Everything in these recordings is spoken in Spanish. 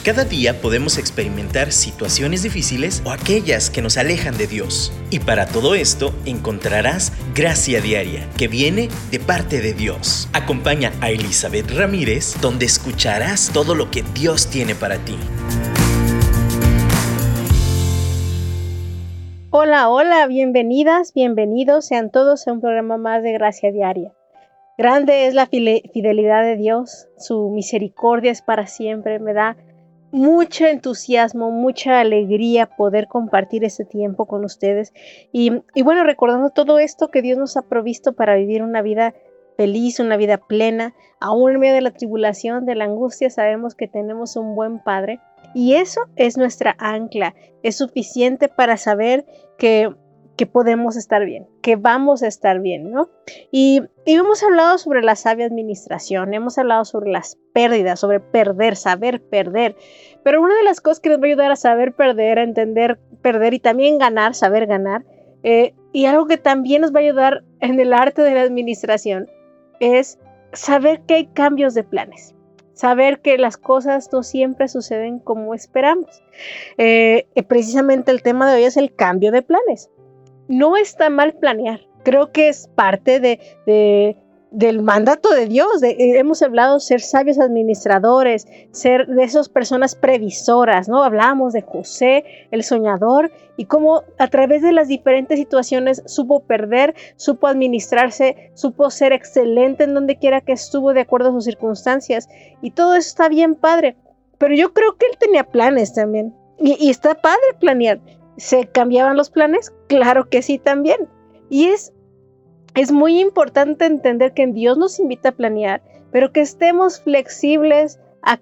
Cada día podemos experimentar situaciones difíciles o aquellas que nos alejan de Dios. Y para todo esto encontrarás gracia diaria que viene de parte de Dios. Acompaña a Elizabeth Ramírez, donde escucharás todo lo que Dios tiene para ti. Hola, hola, bienvenidas, bienvenidos sean todos a un programa más de Gracia Diaria. Grande es la fidelidad de Dios, su misericordia es para siempre, me da mucho entusiasmo, mucha alegría poder compartir este tiempo con ustedes y bueno, recordando todo esto que Dios nos ha provisto para vivir una vida feliz, una vida plena, aún en medio de la tribulación, de la angustia, sabemos que tenemos un buen Padre y eso es nuestra ancla, es suficiente para saber que podemos estar bien, que vamos a estar bien, ¿no? Y hemos hablado sobre la sabia administración, hemos hablado sobre las pérdidas, sobre perder, saber perder, pero una de las cosas que nos va a ayudar a saber perder, a entender perder y también ganar, saber ganar, y algo que también nos va a ayudar en el arte de la administración, es saber que hay cambios de planes. Saber que las cosas no siempre suceden como esperamos. Precisamente el tema de hoy es el cambio de planes. No está mal planear, creo que es parte del mandato de Dios. Hemos hablado de ser sabios administradores, ser de esas personas previsoras, ¿no? Hablábamos de José, el soñador, y cómo a través de las diferentes situaciones supo perder, supo administrarse, supo ser excelente en donde quiera que estuvo de acuerdo a sus circunstancias, y todo eso está bien padre, pero yo creo que él tenía planes también, y está padre planear. ¿Se cambiaban los planes? Claro que sí también. Y es muy importante entender que Dios nos invita a planear, pero que estemos flexibles a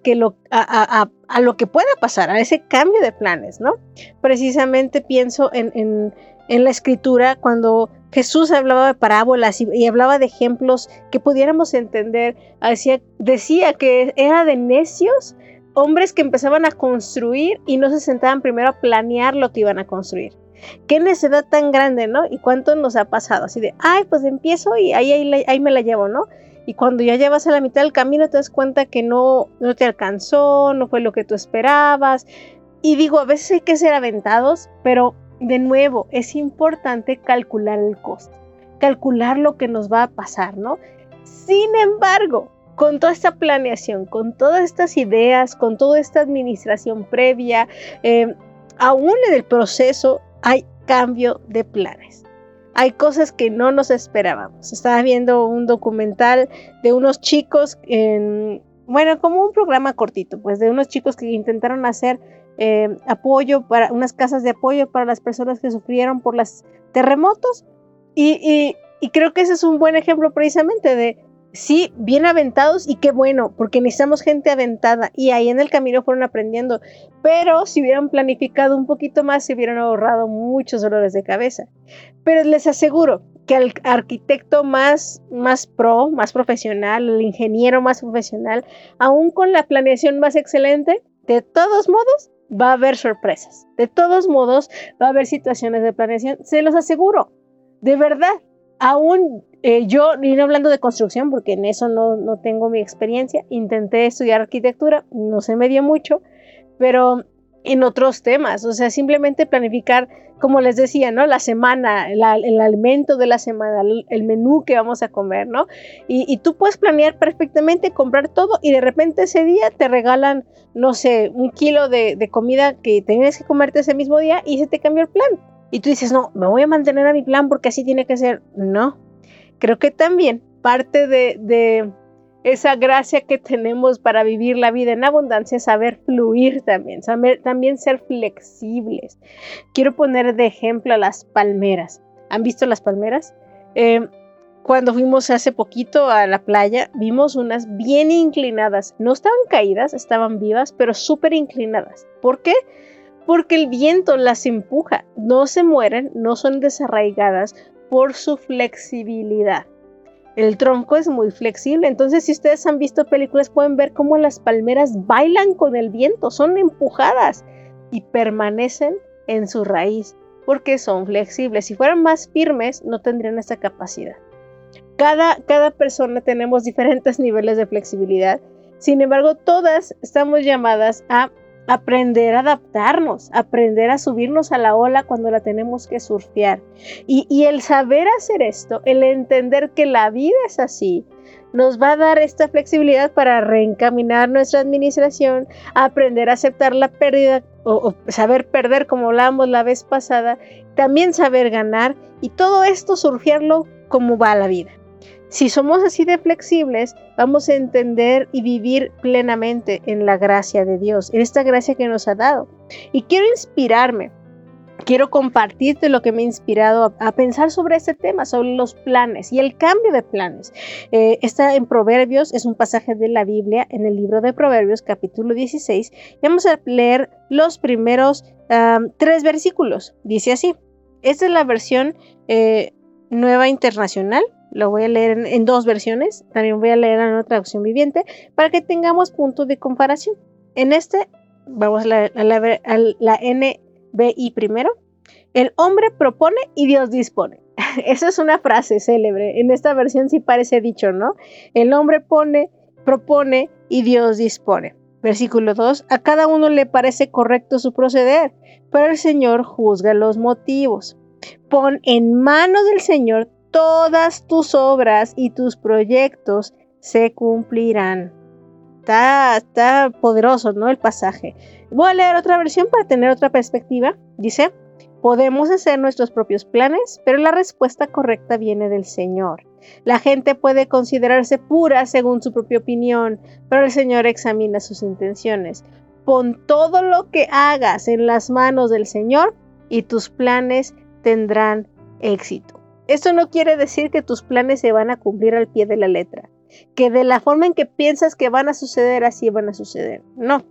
lo que pueda pasar, a ese cambio de planes, ¿no? Precisamente pienso en la Escritura cuando Jesús hablaba de parábolas y hablaba de ejemplos que pudiéramos entender. Decía que era de necios hombres que empezaban a construir y no se sentaban primero a planear lo que iban a construir. Qué necedad tan grande, ¿no? Y cuánto nos ha pasado, así de, pues empiezo y ahí me la llevo, ¿no? Y cuando ya llevas a la mitad del camino te das cuenta que no te alcanzó, no fue lo que tú esperabas. Y digo, a veces hay que ser aventados, pero de nuevo, es importante calcular el costo, calcular lo que nos va a pasar, ¿no? Sin embargo, con toda esta planeación, con todas estas ideas, con toda esta administración previa, aún en el proceso hay cambio de planes. Hay cosas que no nos esperábamos. Estaba viendo un documental de unos chicos, como un programa cortito, pues de unos chicos que intentaron hacer apoyo para unas casas de apoyo para las personas que sufrieron por los terremotos. Y creo que ese es un buen ejemplo precisamente de sí, bien aventados y qué bueno, porque necesitamos gente aventada y ahí en el camino fueron aprendiendo, pero si hubieran planificado un poquito más se hubieran ahorrado muchos dolores de cabeza. Pero les aseguro que al arquitecto más profesional, el ingeniero más profesional, aún con la planeación más excelente, de todos modos va a haber sorpresas, de todos modos va a haber situaciones de planeación, se los aseguro, de verdad. Aún yo, y no hablando de construcción, porque en eso no tengo mi experiencia, intenté estudiar arquitectura, no se me dio mucho, pero en otros temas, o sea, simplemente planificar, como les decía, ¿no? La semana, el alimento de la semana, el menú que vamos a comer, ¿no? Y tú puedes planear perfectamente, comprar todo, y de repente ese día te regalan, no sé, 1 kilo de comida que tenías que comerte ese mismo día y se te cambió el plan. Y tú dices, no, me voy a mantener a mi plan porque así tiene que ser. No, creo que también parte de esa gracia que tenemos para vivir la vida en abundancia es saber fluir también, también ser flexibles. Quiero poner de ejemplo a las palmeras. ¿Han visto las palmeras? Cuando fuimos hace poquito a la playa, vimos unas bien inclinadas. No estaban caídas, estaban vivas, pero súper inclinadas. ¿Por qué? Porque el viento las empuja, no se mueren, no son desarraigadas por su flexibilidad. El tronco es muy flexible, entonces si ustedes han visto películas pueden ver cómo las palmeras bailan con el viento, son empujadas y permanecen en su raíz porque son flexibles. Si fueran más firmes no tendrían esa capacidad. Cada persona tenemos diferentes niveles de flexibilidad, sin embargo todas estamos llamadas a aprender a adaptarnos, aprender a subirnos a la ola cuando la tenemos que surfear. Y el saber hacer esto, el entender que la vida es así, nos va a dar esta flexibilidad para reencaminar nuestra administración, aprender a aceptar la pérdida o saber perder, como hablábamos la vez pasada, también saber ganar, y todo esto surfearlo como va la vida. Si somos así de flexibles, vamos a entender y vivir plenamente en la gracia de Dios, en esta gracia que nos ha dado. Y quiero inspirarme, quiero compartirte lo que me ha inspirado a pensar sobre este tema, sobre los planes y el cambio de planes. Está en Proverbios, es un pasaje de la Biblia, en el libro de Proverbios, capítulo 16. Vamos a leer los primeros 3 versículos. Dice así, esta es la versión Nueva Internacional. Lo voy a leer en 2 versiones, también voy a leer en otra traducción viviente para que tengamos puntos de comparación. En vamos a la NBI primero. El hombre propone y Dios dispone. Esa es una frase célebre. En esta versión sí parece dicho, ¿no? El hombre propone y Dios dispone. Versículo 2. A cada uno le parece correcto su proceder, pero el Señor juzga los motivos. Pon en manos del Señor todas tus obras y tus proyectos se cumplirán. Está poderoso, ¿no? El pasaje. Voy a leer otra versión para tener otra perspectiva. Dice, podemos hacer nuestros propios planes, pero la respuesta correcta viene del Señor. La gente puede considerarse pura según su propia opinión, pero el Señor examina sus intenciones. Pon todo lo que hagas en las manos del Señor y tus planes tendrán éxito. Esto no quiere decir que tus planes se van a cumplir al pie de la letra, que de la forma en que piensas que van a suceder, así van a suceder. No,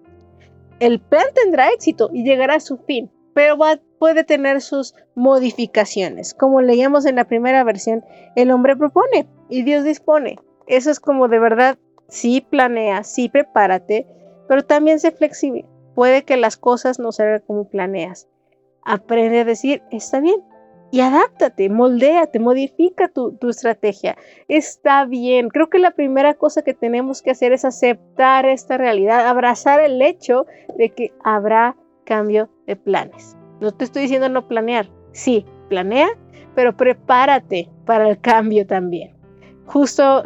el plan tendrá éxito y llegará a su fin, pero puede tener sus modificaciones. Como leíamos en la primera versión, el hombre propone y Dios dispone. Eso es como de verdad, sí planea, sí prepárate, pero también sé flexible. Puede que las cosas no salgan como planeas. Aprende a decir, está bien. Y adáptate, moldéate, modifica tu estrategia. Está bien. Creo que la primera cosa que tenemos que hacer es aceptar esta realidad, abrazar el hecho de que habrá cambio de planes. No te estoy diciendo no planear. Sí, planea, pero prepárate para el cambio también. Justo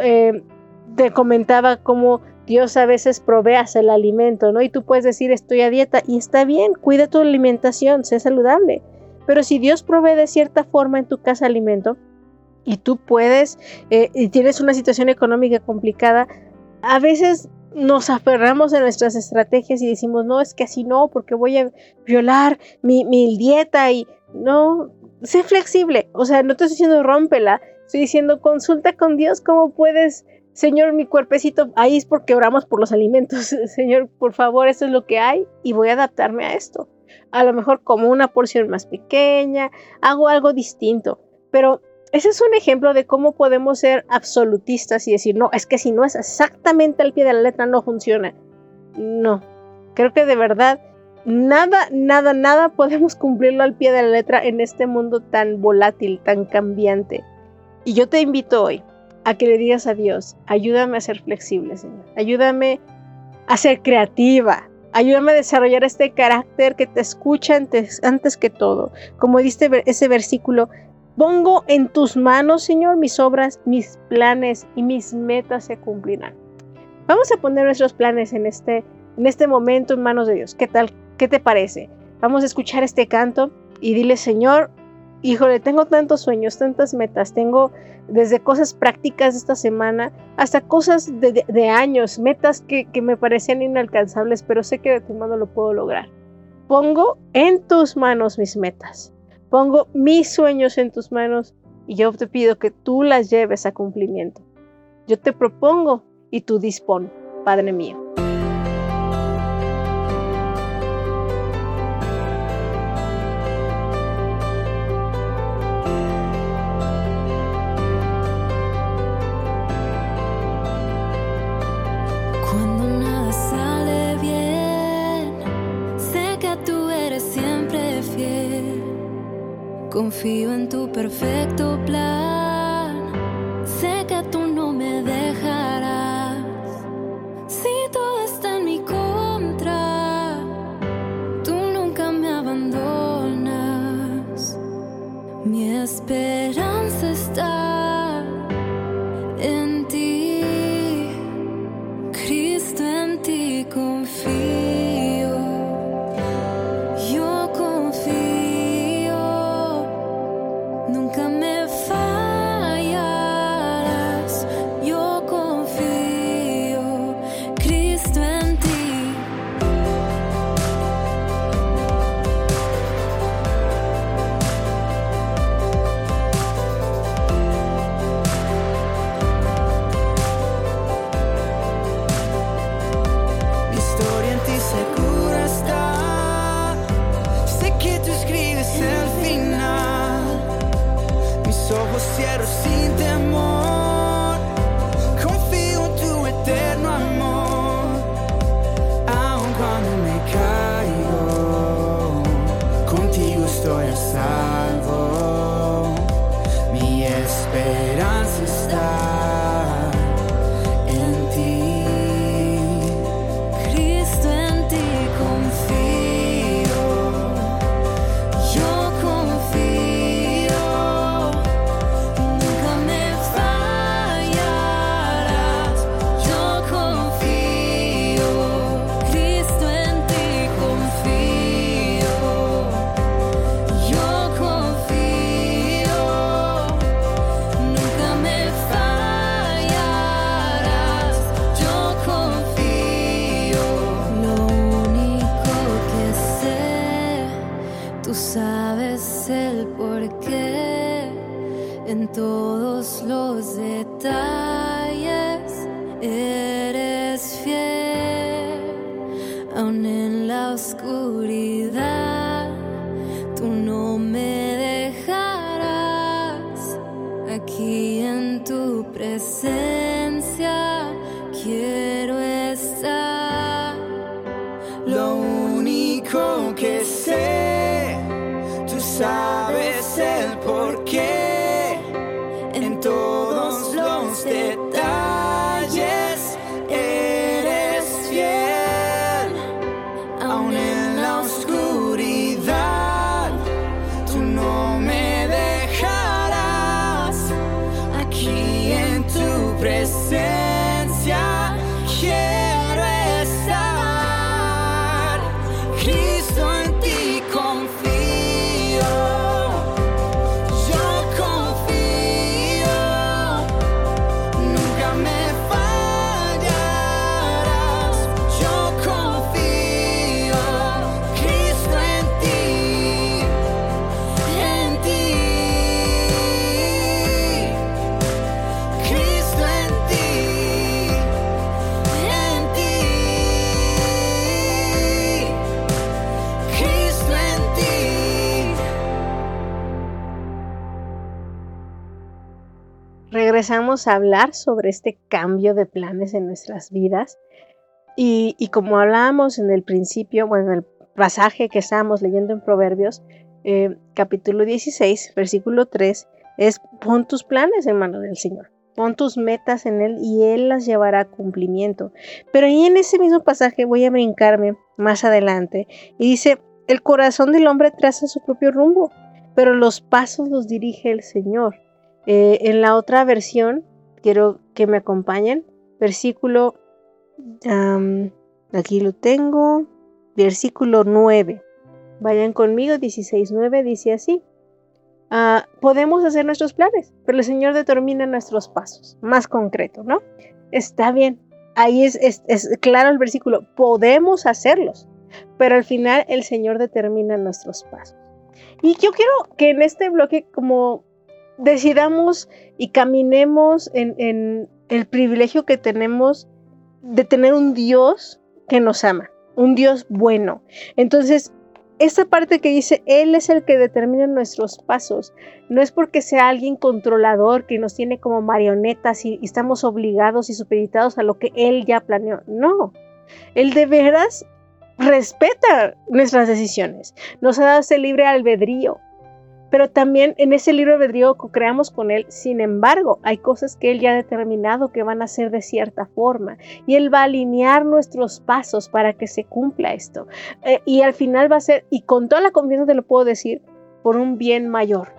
te comentaba cómo Dios a veces provee el alimento, ¿no? Y tú puedes decir, estoy a dieta, y está bien, cuida tu alimentación, sé saludable. Pero si Dios provee de cierta forma en tu casa alimento y tú puedes y tienes una situación económica complicada, a veces nos aferramos a nuestras estrategias y decimos, no, es que así no, porque voy a violar mi dieta. Y no, sé flexible. O sea, no te estoy diciendo rómpela, estoy diciendo consulta con Dios cómo puedes. Señor, mi cuerpecito, ahí es porque oramos por los alimentos. Señor, por favor, esto es lo que hay y voy a adaptarme a esto. A lo mejor como una porción más pequeña, hago algo distinto. Pero ese es un ejemplo de cómo podemos ser absolutistas y decir, no, es que si no es exactamente al pie de la letra no funciona. No, creo que de verdad nada podemos cumplirlo al pie de la letra en este mundo tan volátil, tan cambiante. Y yo te invito hoy a que le digas a Dios, ayúdame a ser flexible, Señor. Ayúdame a ser creativa. Ayúdame a desarrollar este carácter que te escucha antes que todo. Como dice ese versículo, pongo en tus manos, Señor, mis obras, mis planes y mis metas se cumplirán. Vamos a poner nuestros planes en este momento en manos de Dios. ¿Qué tal? ¿Qué te parece? Vamos a escuchar este canto y dile, Señor, híjole, tengo tantos sueños, tantas metas, tengo desde cosas prácticas de esta semana hasta cosas de años, metas que me parecían inalcanzables, pero sé que de tu mano lo puedo lograr. Pongo en tus manos mis metas, pongo mis sueños en tus manos y yo te pido que tú las lleves a cumplimiento. Yo te propongo y tú dispón, Padre mío. Confío en tu perfecto plan, sé que tú no me dejarás. Si todo está en mi contra, Mi esperanza está en ti, Cristo, en ti confío. Yo confío, nunca me fallarás. Yo confío, Cristo, en ti. Cierro sin temor, confío en tu eterno amor, aun cuando me caigo, contigo estoy a salvo. Mi esperanza está en ti, Cristo, en ti confío. Yo confío, nunca me fallarás. Yo confío, Cristo, en ti confío. Yo confío, nunca me fallarás. Yo confío. Lo único que sé, tú sabes el porqué. En todos los detalles eres fiel. Aun en la oscuridad, tú no me dejarás. Aquí en tu presencia quiero estar. lo único que sé, tú sabes el porqué. En todos los detalles eres fiel, aun en la oscuridad, tú no me dejarás. Aquí en tu presencia quiero estar. Cristo, en ti confío. Yo confío, nunca me fallarás. Yo confío, Cristo, en ti, Cristo, en ti, Cristo, en ti. Regresamos a hablar sobre este cambio de planes en nuestras vidas y como hablábamos en el principio, bueno, en el pasaje que estábamos leyendo en Proverbios, capítulo 16, versículo 3, es pon tus planes en manos del Señor, pon tus metas en Él y Él las llevará a cumplimiento. Pero ahí en ese mismo pasaje voy a brincarme más adelante y dice, el corazón del hombre traza su propio rumbo, pero los pasos los dirige el Señor. En la otra versión, quiero que me acompañen, versículo, aquí lo tengo, versículo 9, vayan conmigo, 16:9, dice así, podemos hacer nuestros planes, pero el Señor determina nuestros pasos, más concreto, ¿no? Está bien, ahí es claro el versículo, podemos hacerlos, pero al final el Señor determina nuestros pasos. Y yo quiero que en este bloque como decidamos y caminemos en el privilegio que tenemos de tener un Dios que nos ama, un Dios bueno. Entonces, esta parte que dice, Él es el que determina nuestros pasos, no es porque sea alguien controlador que nos tiene como marionetas y estamos obligados y supeditados a lo que Él ya planeó. No, Él de veras respeta nuestras decisiones, nos ha dado ese libre albedrío. Pero también en ese libre albedrío co-creamos con Él. Sin embargo, hay cosas que Él ya ha determinado que van a ser de cierta forma. Y Él va a alinear nuestros pasos para que se cumpla esto. Y al final va a ser, y con toda la confianza te lo puedo decir, por un bien mayor.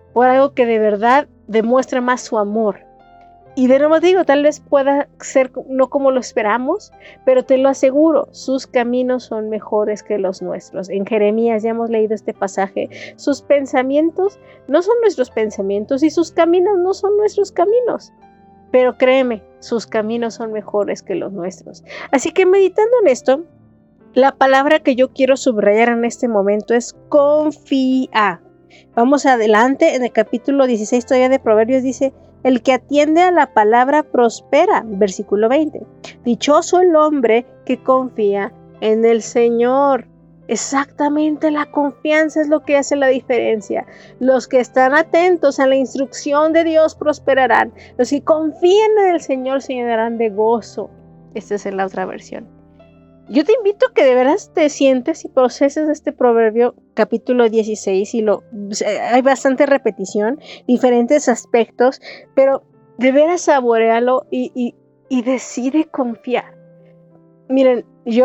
por algo que de verdad demuestra más su amor. Y de nuevo digo, tal vez pueda ser no como lo esperamos, pero te lo aseguro, sus caminos son mejores que los nuestros. En Jeremías ya hemos leído este pasaje. Sus pensamientos no son nuestros pensamientos y sus caminos no son nuestros caminos. Pero créeme, sus caminos son mejores que los nuestros. Así que meditando en esto, la palabra que yo quiero subrayar en este momento es confía. Vamos adelante, en el capítulo 16 todavía de Proverbios dice: el que atiende a la palabra prospera, versículo 20. Dichoso el hombre que confía en el Señor. Exactamente, la confianza es lo que hace la diferencia. Los que están atentos a la instrucción de Dios prosperarán. Los que confían en el Señor se llenarán de gozo. Esta es en la otra versión. Yo te invito a que de veras te sientes y proceses este proverbio capítulo 16 y hay bastante repetición, diferentes aspectos, pero de veras saborealo y decide confiar. Miren,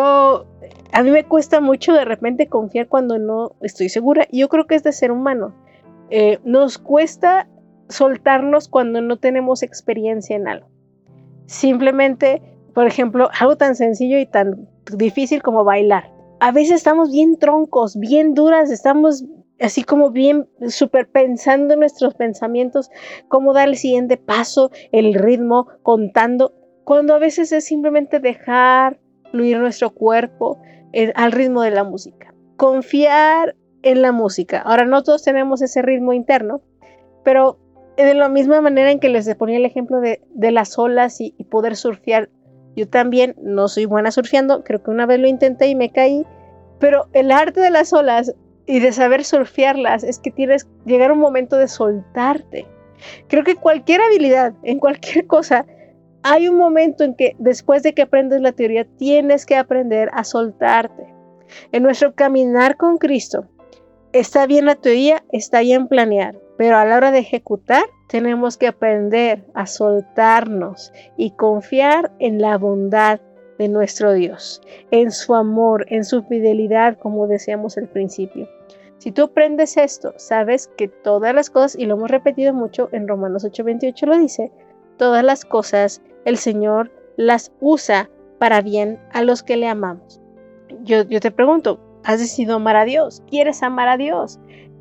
a mí me cuesta mucho de repente confiar cuando no estoy segura. Yo creo que es de ser humano. Nos cuesta soltarnos cuando no tenemos experiencia en algo. Simplemente, por ejemplo, algo tan sencillo y tan difícil como bailar. A veces estamos bien troncos, bien duras, estamos así como bien súper pensando en nuestros pensamientos, cómo dar el siguiente paso, el ritmo, contando, cuando a veces es simplemente dejar fluir nuestro cuerpo al ritmo de la música. Confiar en la música. Ahora, no todos tenemos ese ritmo interno, pero de la misma manera en que les ponía el ejemplo de las olas y poder surfear. Yo también no soy buena surfeando, creo que una vez lo intenté y me caí, pero el arte de las olas y de saber surfearlas es que tienes que llegar a un momento de soltarte. Creo que cualquier habilidad, en cualquier cosa, hay un momento en que después de que aprendes la teoría, tienes que aprender a soltarte. En nuestro caminar con Cristo, está bien la teoría, está bien planear, pero a la hora de ejecutar, tenemos que aprender a soltarnos y confiar en la bondad de nuestro Dios, en su amor, en su fidelidad, como decíamos al principio. Si tú aprendes esto, sabes que todas las cosas, y lo hemos repetido mucho en Romanos 8:28 lo dice, todas las cosas el Señor las usa para bien a los que le amamos. Yo te pregunto, ¿has decidido amar a Dios? ¿Quieres amar a Dios?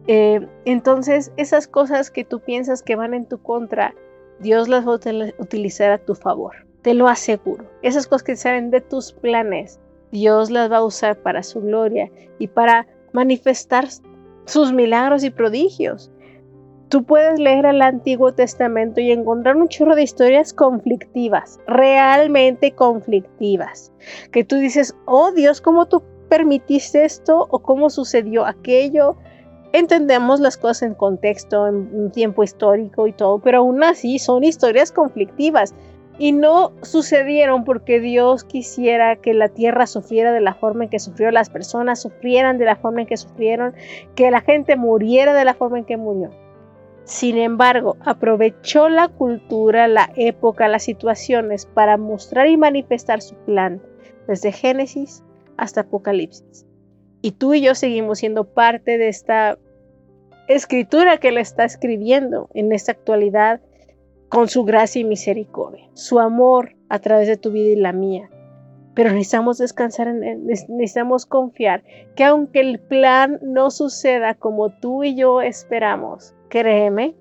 Entonces esas cosas que tú piensas que van en tu contra, Dios las va a utilizar a tu favor, te lo aseguro. Esas cosas que salen de tus planes, Dios las va a usar para su gloria y para manifestar sus milagros y prodigios. Tú puedes leer el Antiguo Testamento y encontrar un chorro de historias conflictivas, realmente conflictivas, que tú dices, oh Dios, ¿cómo tú permitiste esto? ¿O cómo sucedió aquello? Entendemos las cosas en contexto, en un tiempo histórico y todo, pero aún así son historias conflictivas y no sucedieron porque Dios quisiera que la tierra sufriera de la forma en que sufrió, las personas sufrieran de la forma en que sufrieron, que la gente muriera de la forma en que murió. Sin embargo, aprovechó la cultura, la época, las situaciones para mostrar y manifestar su plan, desde Génesis hasta Apocalipsis. Y tú y yo seguimos siendo parte de esta escritura que Él está escribiendo en esta actualidad con su gracia y misericordia, su amor a través de tu vida y la mía. Pero necesitamos descansar en Él, necesitamos confiar que aunque el plan no suceda como tú y yo esperamos, créeme,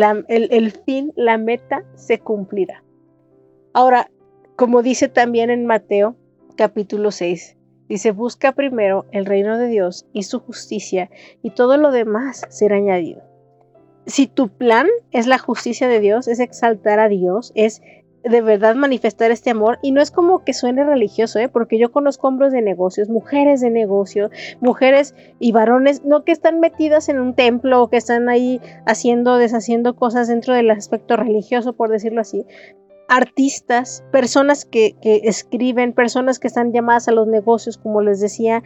el fin, la meta se cumplirá. Ahora, como dice también en Mateo capítulo 6, dice, busca primero el reino de Dios y su justicia, y todo lo demás será añadido. Si tu plan es la justicia de Dios, es exaltar a Dios, es de verdad manifestar este amor, y no es como que suene religioso, porque yo conozco hombres de negocios, mujeres de negocio, mujeres y varones, no que están metidas en un templo o que están ahí deshaciendo cosas dentro del aspecto religioso, por decirlo así. Artistas, personas que escriben, personas que están llamadas a los negocios, como les decía,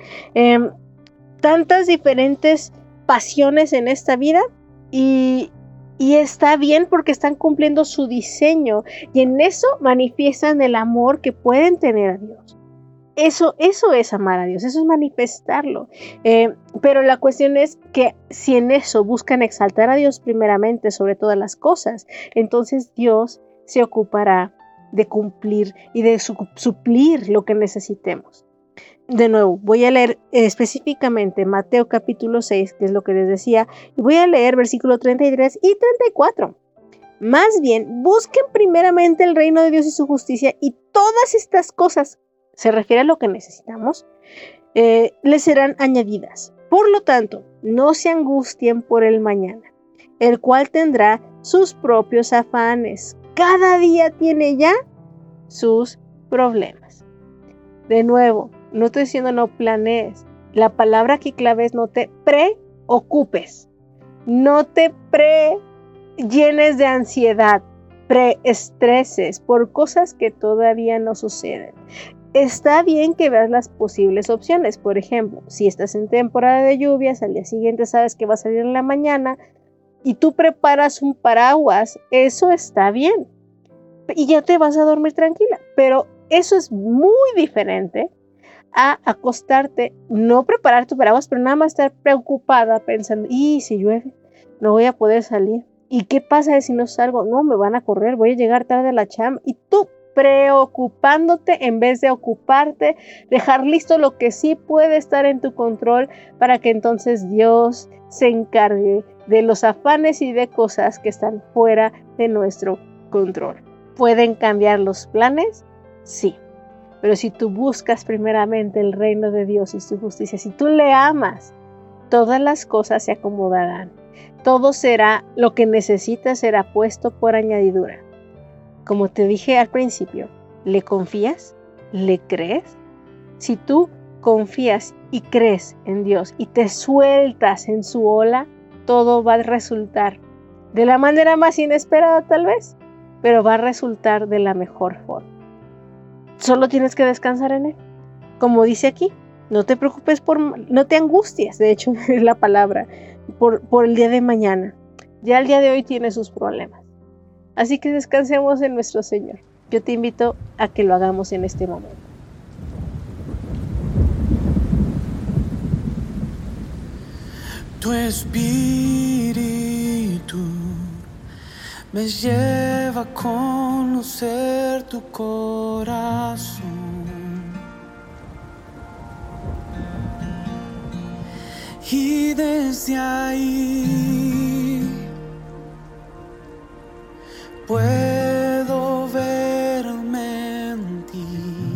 tantas diferentes pasiones en esta vida y está bien porque están cumpliendo su diseño y en eso manifiestan el amor que pueden tener a Dios. Eso es amar a Dios, eso es manifestarlo. Pero la cuestión es que si en eso buscan exaltar a Dios primeramente sobre todas las cosas, entonces Dios se ocupará de cumplir y de suplir lo que necesitemos. De nuevo, voy a leer específicamente Mateo capítulo 6, que es lo que les decía, y voy a leer versículo 33 y 34. Más bien, busquen primeramente el reino de Dios y su justicia, y todas estas cosas, se refiere a lo que necesitamos, les serán añadidas. Por lo tanto, no se angustien por el mañana, el cual tendrá sus propios afanes. Cada día tiene ya sus problemas. De nuevo, no estoy diciendo no planees. La palabra aquí clave es no te preocupes. No te llenes de ansiedad, preestreses por cosas que todavía no suceden. Está bien que veas las posibles opciones. Por ejemplo, si estás en temporada de lluvias, al día siguiente sabes que va a salir en la mañana y tú preparas un paraguas, eso está bien. Y ya te vas a dormir tranquila. Pero eso es muy diferente a acostarte, no preparar tu paraguas, pero nada más estar preocupada pensando, ¿y si llueve? No voy a poder salir. ¿Y qué pasa si no salgo? No, me van a correr, voy a llegar tarde a la chamba. Y tú preocupándote en vez de ocuparte, dejar listo lo que sí puede estar en tu control para que entonces Dios se encargue de los afanes y de cosas que están fuera de nuestro control. ¿Pueden cambiar los planes? Sí. Pero si tú buscas primeramente el reino de Dios y su justicia, si tú le amas, todas las cosas se acomodarán. Todo será, lo que necesitas será puesto por añadidura. Como te dije al principio, ¿le confías? ¿Le crees? Si tú confías y crees en Dios y te sueltas en su ola, todo va a resultar de la manera más inesperada tal vez, pero va a resultar de la mejor forma. Solo tienes que descansar en Él. Como dice aquí, no te preocupes no te angusties, de hecho es la palabra, por el día de mañana. Ya el día de hoy tiene sus problemas. Así que descansemos en nuestro Señor. Yo te invito a que lo hagamos en este momento. Tu espíritu me lleva a conocer tu corazón. Y desde ahí puedo verme en ti.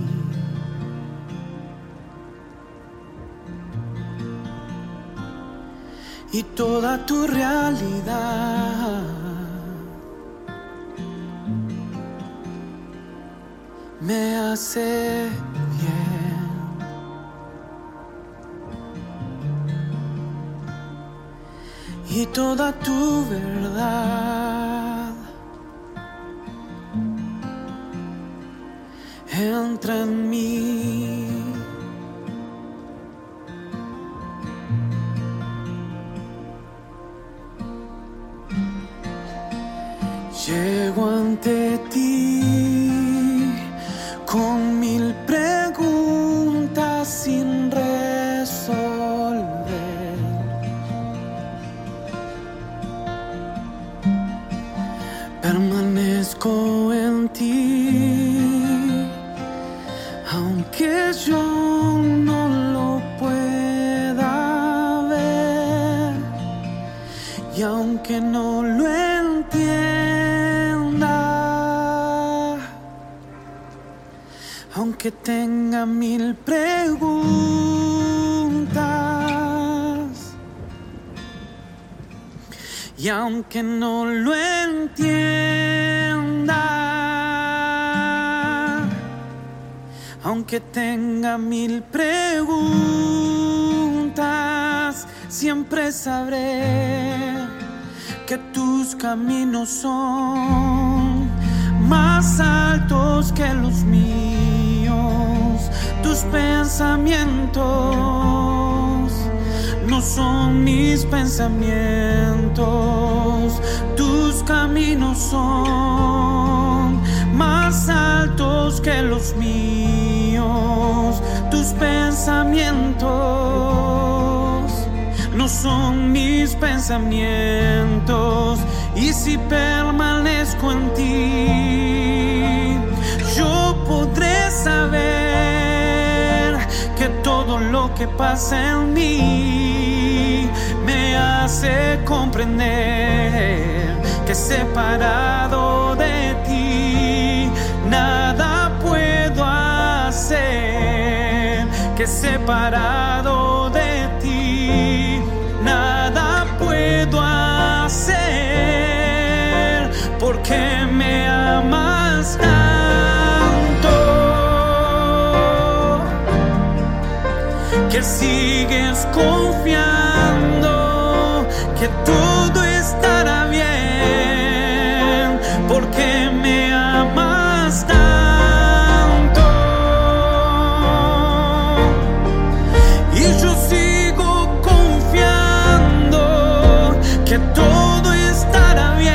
Y toda tu realidad me hace bien. Y toda tu verdad entra en mí. Llego ante ti con 1000 preguntas sin resolver. Permanezco en ti, aunque yo no lo pueda ver, y aunque no lo entienda, aunque tenga 1000 preguntas, y aunque no lo entienda, aunque tenga 1000 preguntas, siempre sabré que tus caminos son más altos que los míos. Tus pensamientos no son mis pensamientos. Tus caminos son más altos que los míos. míos, tus pensamientos no son mis pensamientos. Y si permanezco en ti, yo podré saber que todo lo que pasa en mí me hace comprender que separado de ti nada puedo hacer, que separado de ti nada puedo hacer, porque me amas tanto que sigues confiando que todo estará bien, porque me amas tanto. Y yo sigo confiando que todo estará bien.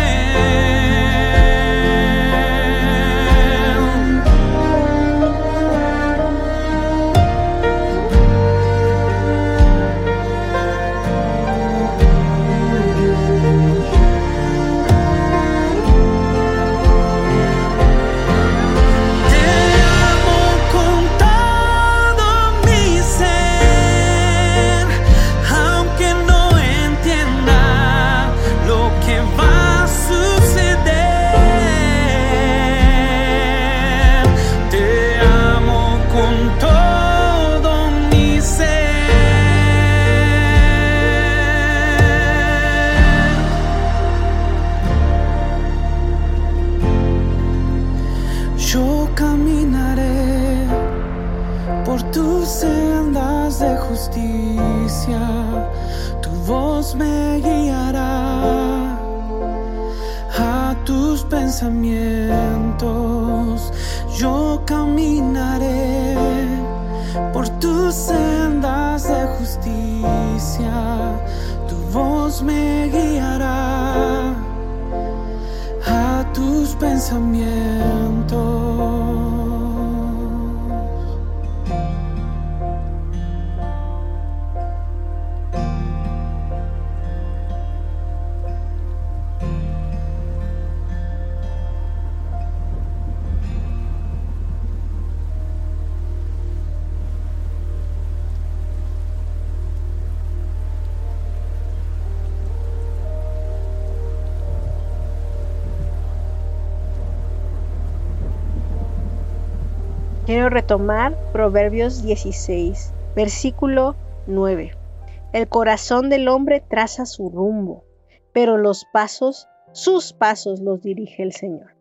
Yo caminaré por tus sendas de justicia, tu voz me guiará a tus pensamientos. Yo caminaré por tus sendas de justicia, tu voz me guiará a tus pensamientos. Quiero retomar Proverbios 16, versículo 9. El corazón del hombre traza su rumbo, pero sus pasos los dirige el Señor.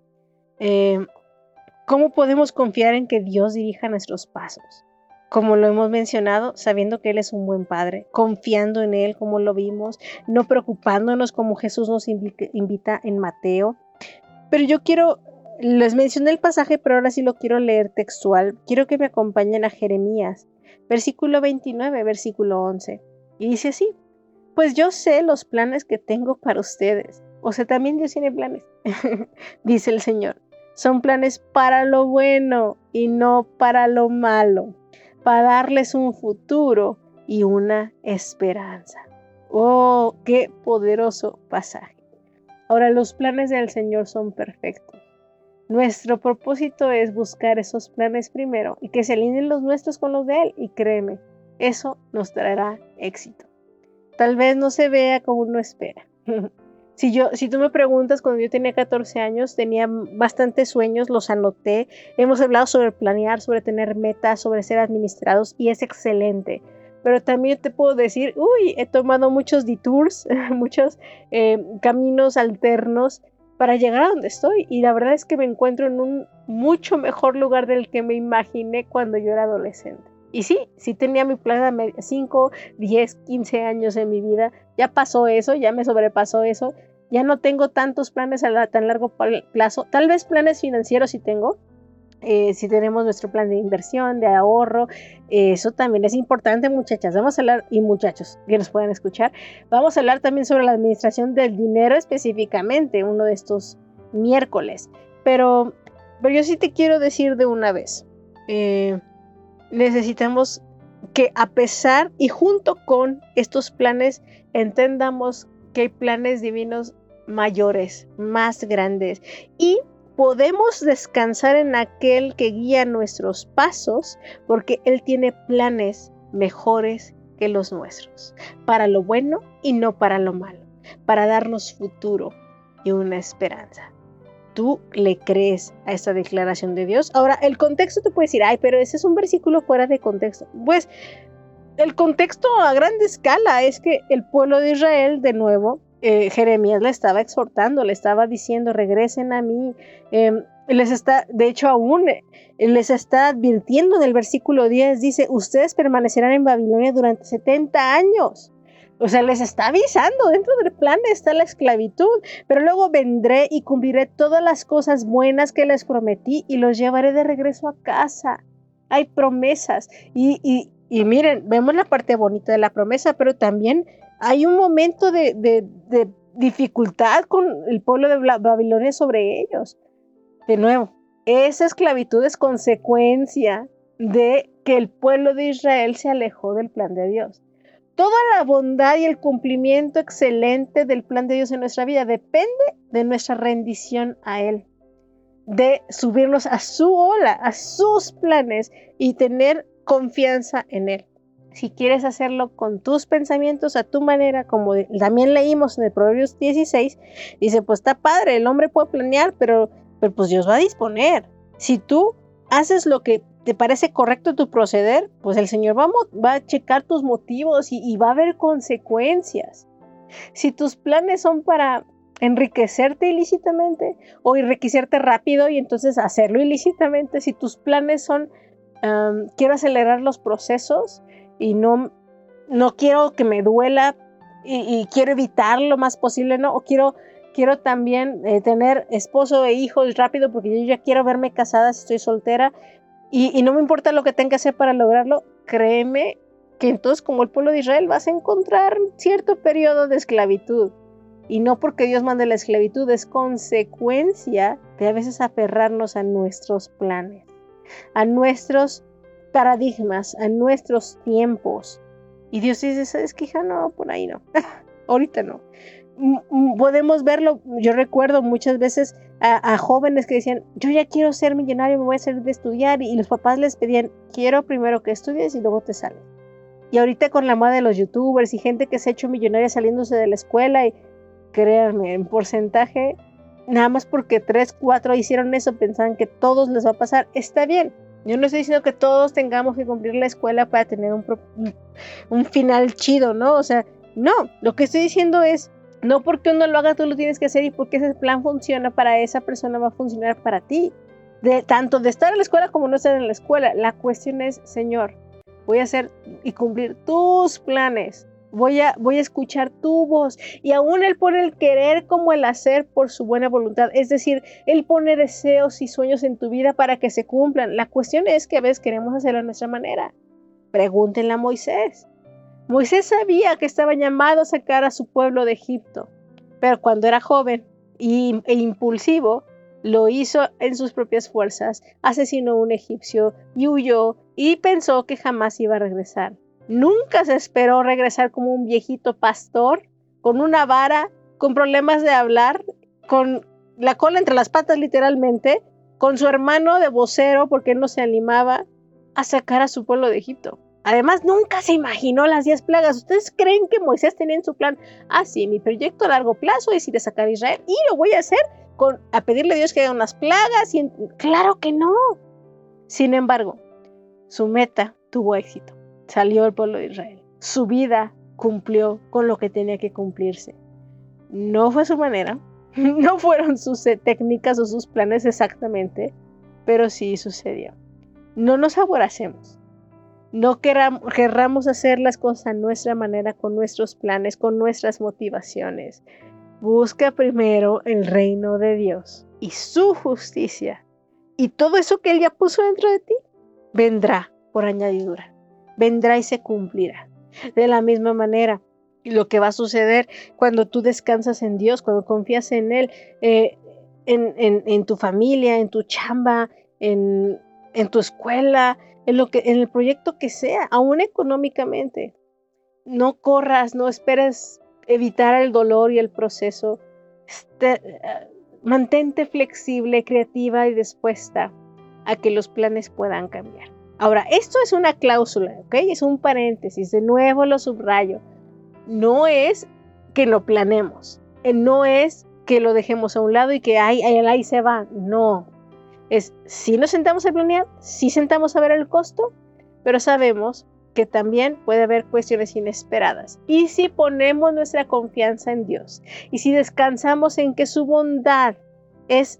¿Cómo podemos confiar en que Dios dirija nuestros pasos? Como lo hemos mencionado, sabiendo que Él es un buen Padre, confiando en Él como lo vimos, no preocupándonos como Jesús nos invita en Mateo. Pero les mencioné el pasaje, pero ahora sí lo quiero leer textual. Quiero que me acompañen a Jeremías, versículo 29, versículo 11. Y dice así: pues yo sé los planes que tengo para ustedes. O sea, también Dios tiene planes, dice el Señor. Son planes para lo bueno y no para lo malo, para darles un futuro y una esperanza. ¡Oh, qué poderoso pasaje! Ahora, los planes del Señor son perfectos. Nuestro propósito es buscar esos planes primero y que se alineen los nuestros con los de Él. Y créeme, eso nos traerá éxito. Tal vez no se vea como uno espera. Si tú me preguntas, cuando yo tenía 14 años, tenía bastantes sueños, los anoté. Hemos hablado sobre planear, sobre tener metas, sobre ser administrados y es excelente. Pero también te puedo decir, he tomado muchos detours, muchos caminos alternos para llegar a donde estoy. Y la verdad es que me encuentro en un mucho mejor lugar del que me imaginé cuando yo era adolescente. Y sí tenía mi plan a 5, 10, 15 años en mi vida. Ya pasó eso, ya me sobrepasó eso. Ya no tengo tantos planes a tan largo plazo. Tal vez planes financieros sí tengo. Si tenemos nuestro plan de inversión, de ahorro, eso también es importante, muchachas. Vamos a hablar, y muchachos que nos puedan escuchar, vamos a hablar también sobre la administración del dinero específicamente, uno de estos miércoles. Pero yo sí te quiero decir de una vez, necesitamos que a pesar y junto con estos planes entendamos que hay planes divinos mayores, más grandes, y podemos descansar en aquel que guía nuestros pasos, porque Él tiene planes mejores que los nuestros, para lo bueno y no para lo malo, para darnos futuro y una esperanza. ¿Tú le crees a esta declaración de Dios? Ahora, el contexto te puede decir, ay, pero ese es un versículo fuera de contexto. Pues, el contexto a gran escala es que el pueblo de Israel, de nuevo, Jeremías le estaba exhortando, le estaba diciendo, regresen a mí. De hecho, aún les está advirtiendo en el versículo 10, dice, ustedes permanecerán en Babilonia durante 70 años. O sea, les está avisando, dentro del plan está la esclavitud, pero luego vendré y cumpliré todas las cosas buenas que les prometí y los llevaré de regreso a casa. Hay promesas y miren, vemos la parte bonita de la promesa, pero también hay un momento de dificultad con el pueblo de Babilonia sobre ellos. De nuevo, esa esclavitud es consecuencia de que el pueblo de Israel se alejó del plan de Dios. Toda la bondad y el cumplimiento excelente del plan de Dios en nuestra vida depende de nuestra rendición a Él, de subirnos a su ola, a sus planes y tener confianza en Él. Si quieres hacerlo con tus pensamientos, a tu manera, como también leímos en el Proverbios 16, dice, pues está padre, el hombre puede planear, pero pues Dios va a disponer. Si tú haces lo que te parece correcto tu proceder, pues el Señor va a checar tus motivos y va a haber consecuencias. Si tus planes son para enriquecerte ilícitamente o enriquecerte rápido y entonces hacerlo ilícitamente, si tus planes son quiero acelerar los procesos y no quiero que me duela y quiero evitar lo más posible, ¿no? O quiero también tener esposo e hijos rápido porque yo ya quiero verme casada si estoy soltera y no me importa lo que tenga que hacer para lograrlo, créeme que entonces como el pueblo de Israel vas a encontrar cierto periodo de esclavitud. Y no porque Dios mande la esclavitud, es consecuencia de a veces aferrarnos a nuestros planes, a nuestros paradigmas, a nuestros tiempos. Y Dios dice, ¿sabes qué, hija? No, por ahí no. Ahorita no. Podemos verlo, yo recuerdo muchas veces a jóvenes que decían, yo ya quiero ser millonario, me voy a hacer de estudiar, y los papás les pedían, quiero primero que estudies y luego te sales. Y ahorita con la moda de los youtubers y gente que se ha hecho millonaria saliéndose de la escuela, y créanme, en porcentaje, nada más porque 3, 4 hicieron eso, pensaban que todos les va a pasar, está bien. Yo no estoy diciendo que todos tengamos que cumplir la escuela para tener un final chido, ¿no? O sea, no, lo que estoy diciendo es, no porque uno lo haga, tú lo tienes que hacer, y porque ese plan funciona para esa persona, va a funcionar para ti. Tanto de estar en la escuela como no estar en la escuela. La cuestión es, Señor, voy a hacer y cumplir tus planes. Voy a escuchar tu voz. Y aún Él pone el querer como el hacer por su buena voluntad. Es decir, Él pone deseos y sueños en tu vida para que se cumplan. La cuestión es que a veces queremos hacerlo a nuestra manera. Pregúntenle a Moisés. Moisés sabía que estaba llamado a sacar a su pueblo de Egipto, pero cuando era joven e impulsivo, lo hizo en sus propias fuerzas, asesinó a un egipcio y huyó y pensó que jamás iba a regresar. Nunca se esperó regresar como un viejito pastor, con una vara, con problemas de hablar, con la cola entre las patas literalmente, con su hermano de vocero porque él no se animaba a sacar a su pueblo de Egipto. Además, nunca se imaginó las 10 plagas. ¿Ustedes creen que Moisés tenía en su plan, sí, mi proyecto a largo plazo es ir a sacar a Israel y lo voy a hacer a pedirle a Dios que haga unas plagas? Claro que no. Sin embargo, su meta tuvo éxito. Salió el pueblo de Israel. Su vida cumplió con lo que tenía que cumplirse. No fue su manera, no fueron sus técnicas o sus planes exactamente, pero sí sucedió. No nos aboracemos. No querramos hacer las cosas a nuestra manera, con nuestros planes, con nuestras motivaciones. Busca primero el reino de Dios y su justicia. Y todo eso que Él ya puso dentro de ti, vendrá por añadidura. Vendrá y se cumplirá. De la misma manera, lo que va a suceder cuando tú descansas en Dios, cuando confías en Él, en tu familia, en tu chamba, en tu escuela, en el proyecto que sea, aún económicamente. No corras, no esperes evitar el dolor y el proceso. Mantente flexible, creativa y dispuesta a que los planes puedan cambiar. Ahora, esto es una cláusula, ¿ok? Es un paréntesis, de nuevo lo subrayo. No es que lo planeemos, no es que lo dejemos a un lado y que ahí se va, no. Es, si nos sentamos a planear, si sentamos a ver el costo, pero sabemos que también puede haber cuestiones inesperadas. Y si ponemos nuestra confianza en Dios, y si descansamos en que su bondad es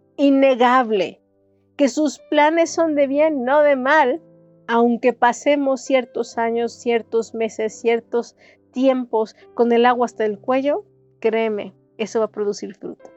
innegable, que sus planes son de bien, no de mal, aunque pasemos ciertos años, ciertos meses, ciertos tiempos con el agua hasta el cuello, créeme, eso va a producir fruto.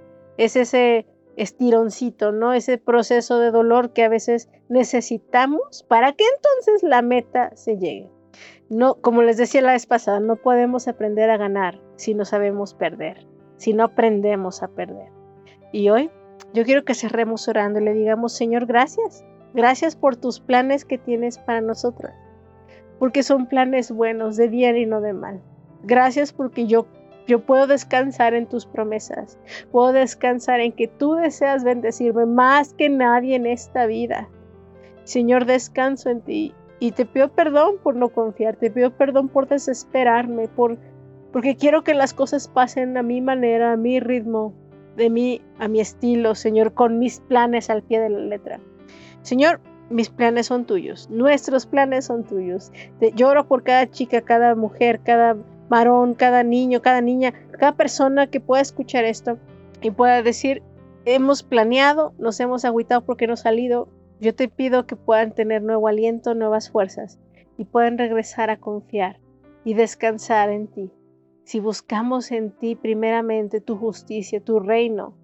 Es ese estironcito, ¿no? Ese proceso de dolor que a veces necesitamos para que entonces la meta se llegue. No, como les decía la vez pasada, no podemos aprender a ganar si no sabemos perder, si no aprendemos a perder. Y hoy yo quiero que cerremos orando y le digamos, Señor, gracias. Gracias por tus planes que tienes para nosotros, porque son planes buenos, de bien y no de mal. Gracias porque yo puedo descansar en tus promesas. Puedo descansar en que tú deseas bendecirme más que nadie en esta vida. Señor, descanso en ti y te pido perdón por no confiar. Te pido perdón por desesperarme, porque quiero que las cosas pasen a mi manera, a mi ritmo, a mi estilo, Señor, con mis planes al pie de la letra. Señor, mis planes son tuyos. Nuestros planes son tuyos. Yo oro por cada chica, cada mujer, cada varón, cada niño, cada niña, cada persona que pueda escuchar esto y pueda decir, hemos planeado, nos hemos agüitado porque no ha salido. Yo te pido que puedan tener nuevo aliento, nuevas fuerzas y puedan regresar a confiar y descansar en ti. Si buscamos en ti primeramente tu justicia, tu reino,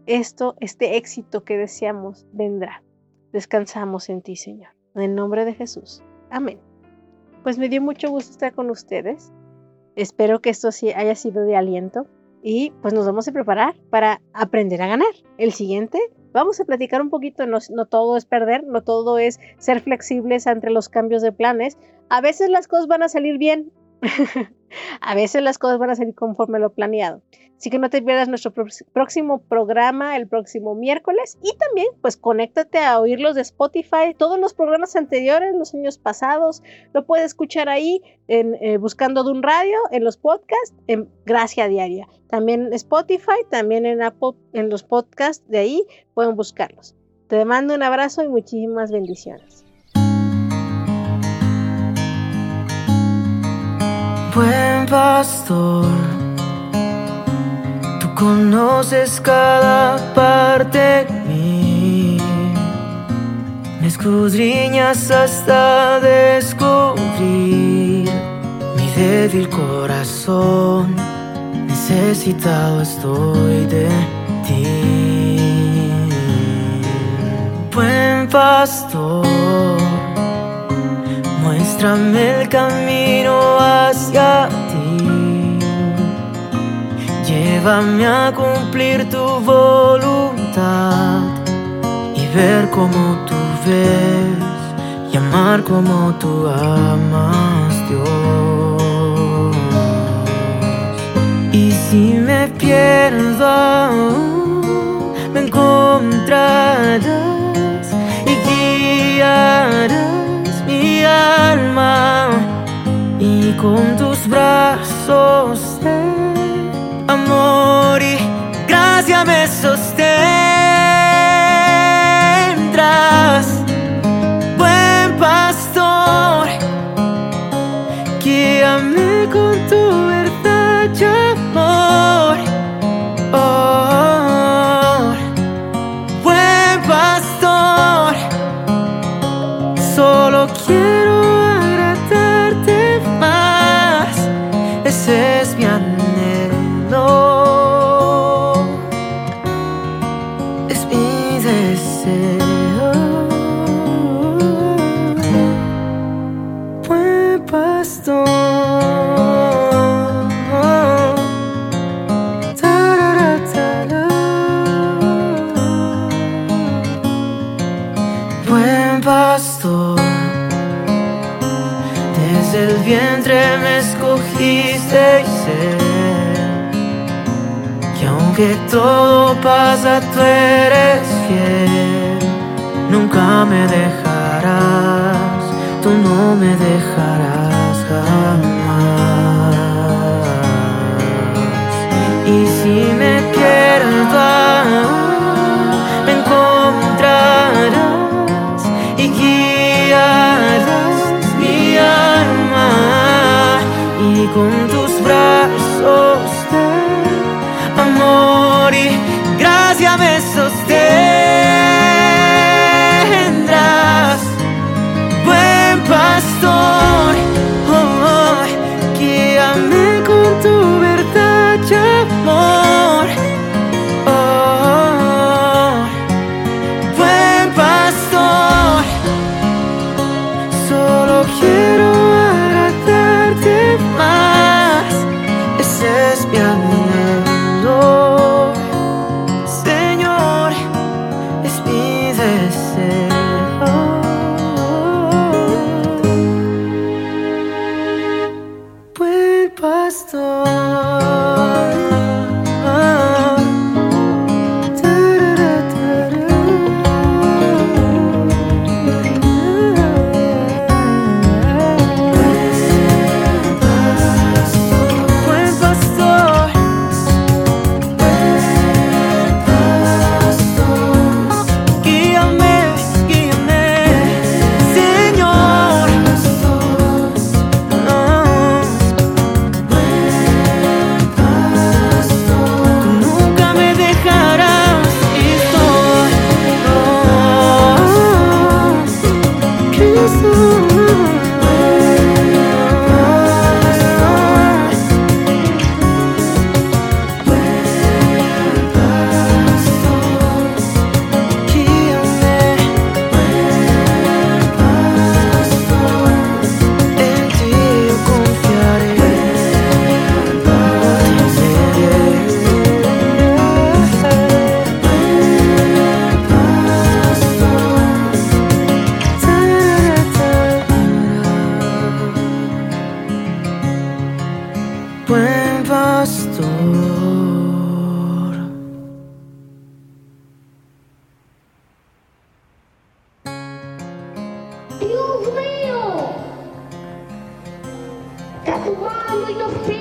este éxito que deseamos vendrá. Descansamos en ti, Señor. En el nombre de Jesús. Amén. Pues me dio mucho gusto estar con ustedes. Espero que esto sí haya sido de aliento y pues nos vamos a preparar para aprender a ganar. El siguiente, vamos a platicar un poquito, no todo es perder, no todo es ser flexibles ante los cambios de planes. A veces las cosas van a salir bien, a veces las cosas van a salir conforme lo planeado. Así que no te pierdas nuestro próximo programa el próximo miércoles y también pues conéctate a oírlos de Spotify. Todos los programas anteriores, los años pasados, lo puedes escuchar ahí buscando Dun Radio, en los podcasts, en Gracia Diaria. También en Spotify, también en Apple, en los podcasts de ahí pueden buscarlos. Te mando un abrazo y muchísimas bendiciones. Buen pastor, tú conoces cada parte de mí, me escudriñas hasta descubrir mi débil corazón, necesitado estoy de ti. Buen pastor, muéstrame el camino hacia ti. Llévame a cumplir tu voluntad y ver como tú ves y amar como tú amas, Dios. Y si me pierdo aún, me encontrarás y guiarás mi alma, y con tus brazos de amor y gracia me sostendrás. Buen pastor, guíame con tu verdad y amor. Oh, buen pastor, solo quiero agradarte más, ese es mi anhelo. vientre me escogiste y sé que aunque todo pasa, tú eres fiel. Nunca me dejarás, tú no me dejarás jamás. Y si me pierdo, me encontrarás y guiarás mi alma, y con tus brazos de amor y gracia me sostendrás. Buen pastor, oh, guíame con tu verdad y amor. Oh, buen pastor, solo quiero agradarte más. Ese es mi anhelo, Señor, es mi deseo. Buen pastor. Buen pastor, guíame, guíame, Señor. Nunca me dejarás y estoy, Cristo. Guíame, en ti yo confiaré, buen pastor. Dios mío, está tu mano y yo